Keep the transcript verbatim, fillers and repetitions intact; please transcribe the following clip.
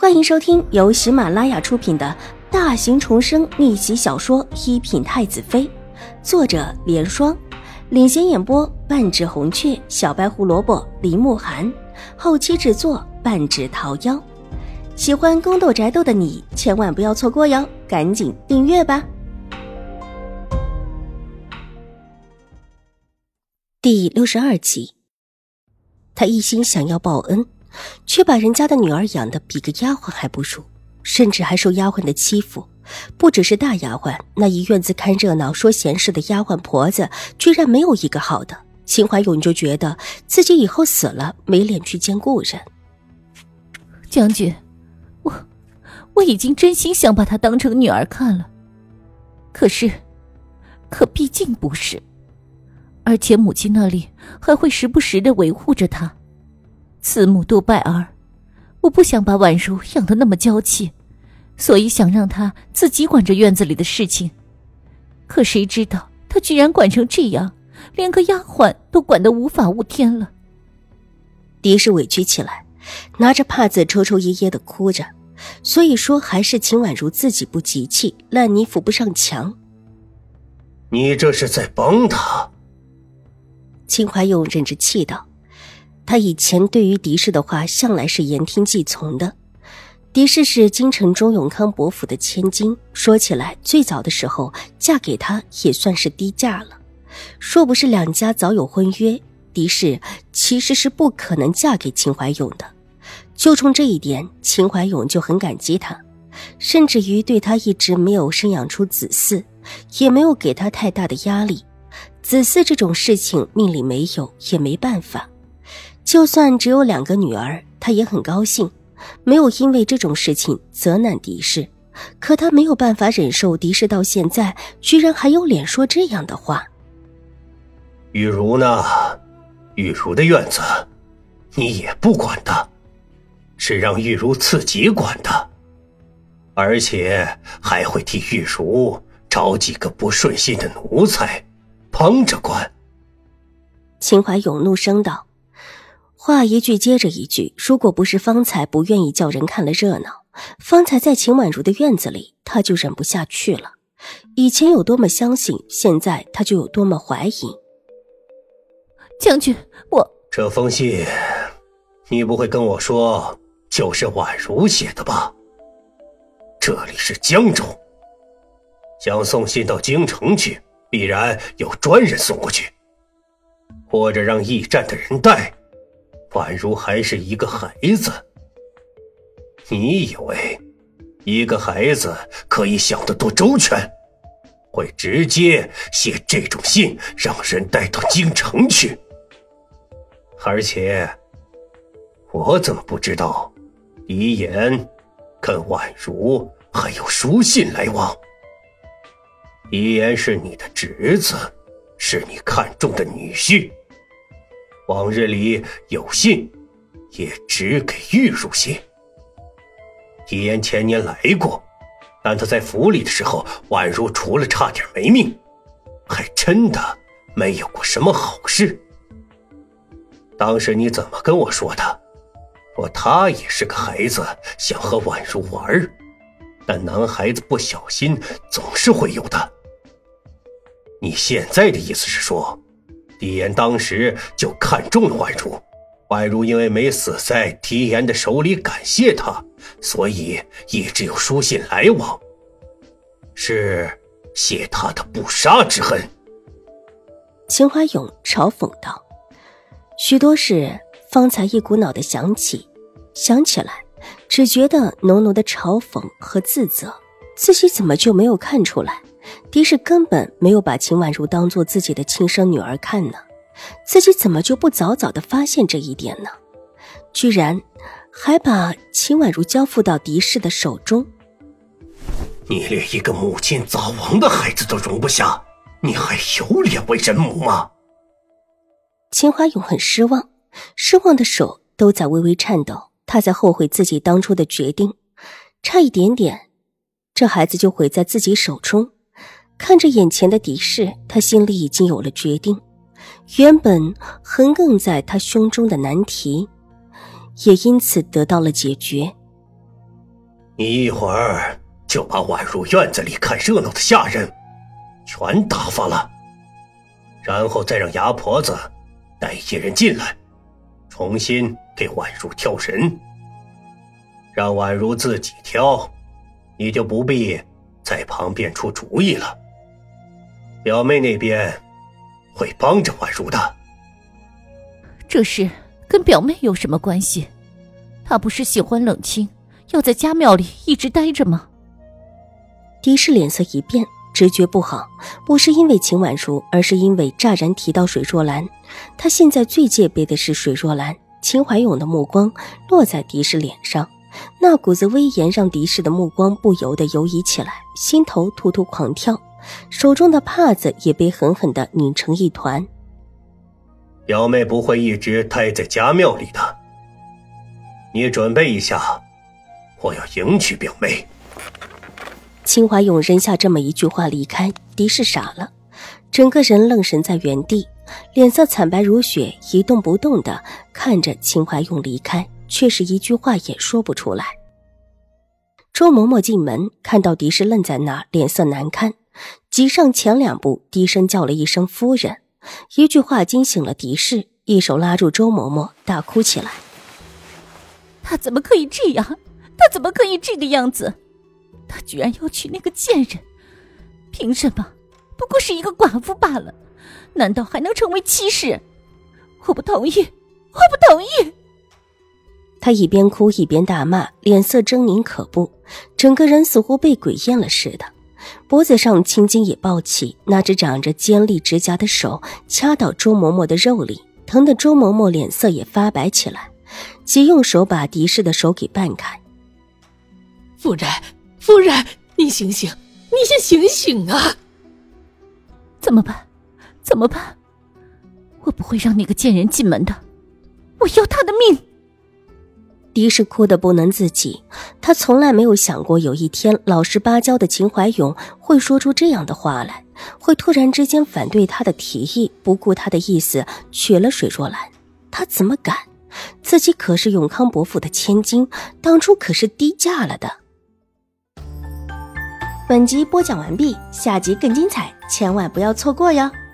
欢迎收听由喜马拉雅出品的大型重生逆袭小说《一品太子妃》，作者莲霜，领衔演播半指红雀、小白胡萝卜、林慕寒，后期制作半指桃夭。喜欢宫斗宅斗的你千万不要错过哟，赶紧订阅吧。第六十二集，他一心想要报恩，却把人家的女儿养得比个丫鬟还不如，甚至还受丫鬟的欺负。不只是大丫鬟，那一院子看热闹说闲事的丫鬟婆子居然没有一个好的。秦怀勇就觉得自己以后死了没脸去见故人。 将军，我我已经真心想把她当成女儿看了，可是可毕竟不是，而且母亲那里还会时不时地维护着她。慈母多败儿，我不想把婉如养得那么娇气，所以想让她自己管着院子里的事情。可谁知道她居然管成这样，连个丫鬟都管得无法无天了。 狄氏委屈起来，拿着帕子抽抽噎噎地哭着。所以说还是秦婉如自己不急气，烂泥扶不上墙。 你这是在帮他？ 秦怀勇忍着气道。他以前对于狄氏的话向来是言听计从的。狄氏是京城中永康伯府的千金，说起来最早的时候嫁给他也算是低价了。若不是两家早有婚约，狄氏其实是不可能嫁给秦怀勇的。就冲这一点，秦怀勇就很感激他，甚至于对他一直没有生养出子嗣，也没有给他太大的压力。子嗣这种事情命里没有也没办法，就算只有两个女儿，他也很高兴，没有因为这种事情责难狄氏。可他没有办法忍受狄氏到现在居然还有脸说这样的话。 玉茹呢？玉茹的院子你也不管的，是让玉茹自己管的，而且还会替玉茹找几个不顺心的奴才帮着管。 秦怀勇怒声道，话一句接着一句，如果不是方才不愿意叫人看了热闹，方才在秦婉如的院子里他就忍不下去了。以前有多么相信，现在他就有多么怀疑。 将军，我这封信你不会跟我说就是婉如写的吧？这里是江州，想送信到京城去，必然有专人送过去，或者让驿站的人带。婉如还是一个孩子，你以为一个孩子可以想得多周全，会直接写这种信让人带到京城去？而且我怎么不知道狄言跟婉如还有书信来往？狄言是你的侄子，是你看中的女婿，往日里有信也只给玉如信。狄言前年来过，但他在府里的时候，婉如除了差点没命，还真的没有过什么好事。当时你怎么跟我说的？说他也是个孩子，想和婉如玩，但男孩子不小心总是会有的。你现在的意思是说，狄言当时就看中了婉如，婉如因为没死在狄言的手里感谢他，所以一直有书信来往，是写他的不杀之恨。 秦怀勇嘲讽道。许多事方才一股脑地想起，想起来只觉得浓浓的嘲讽和自责，自己怎么就没有看出来？狄氏根本没有把秦婉如当作自己的亲生女儿看呢，自己怎么就不早早地发现这一点呢？居然还把秦婉如交付到狄氏的手中。 你连一个母亲早亡的孩子都容不下，你还有脸为人母吗？ 秦怀勇很失望，失望的手都在微微颤抖，他在后悔自己当初的决定，差一点点这孩子就毁在自己手中。看着眼前的狄氏，他心里已经有了决定，原本横亘在他胸中的难题也因此得到了解决。 你一会儿就把宛如院子里看热闹的下人全打发了，然后再让牙婆子带一人进来，重新给宛如挑人，让宛如自己挑，你就不必在旁边出主意了。表妹那边会帮着宛如的。 这事跟表妹有什么关系？她不是喜欢冷清，要在家庙里一直待着吗？ 狄氏脸色一变，直觉不好，不是因为秦婉如，而是因为乍然提到水若兰。他现在最戒备的是水若兰。秦怀勇的目光落在狄氏脸上，那股子威严让狄氏的目光不由得游移起来，心头突突狂跳，手中的帕子也被狠狠地拧成一团。 表妹不会一直待在家庙里的，你准备一下，我要迎娶表妹。 秦怀勇扔下这么一句话离开，狄氏傻了，整个人愣神在原地，脸色惨白如雪，一动不动地看着秦怀勇离开，却是一句话也说不出来。周嬷嬷进门，看到狄氏愣在那，脸色难看，急上前两步，低声叫了一声夫人。一句话惊醒了狄氏，一手拉住周嬷嬷，大哭起来。 他怎么可以这样？他怎么可以这个样子？他居然要娶那个贱人，凭什么？不过是一个寡妇罢了，难道还能成为妻室？我不同意，我不同意！ 他一边哭一边大骂，脸色狰狞可怖，整个人似乎被鬼厌了似的，脖子上青筋也暴起，那只长着尖利指甲的手掐到周嬷嬷的肉里，疼得周嬷嬷脸色也发白起来，急用手把狄氏的手给掰开。 夫人，夫人，你醒醒，你先醒醒啊！ 怎么办？怎么办？我不会让那个贱人进门的，我要他的命！ 狄氏哭得不能自己，她从来没有想过有一天老实巴交的秦怀勇会说出这样的话来，会突然之间反对他的提议，不顾他的意思娶了水若兰。他怎么敢？自己可是永康伯府的千金，当初可是低价了的。本集播讲完毕，下集更精彩，千万不要错过哟。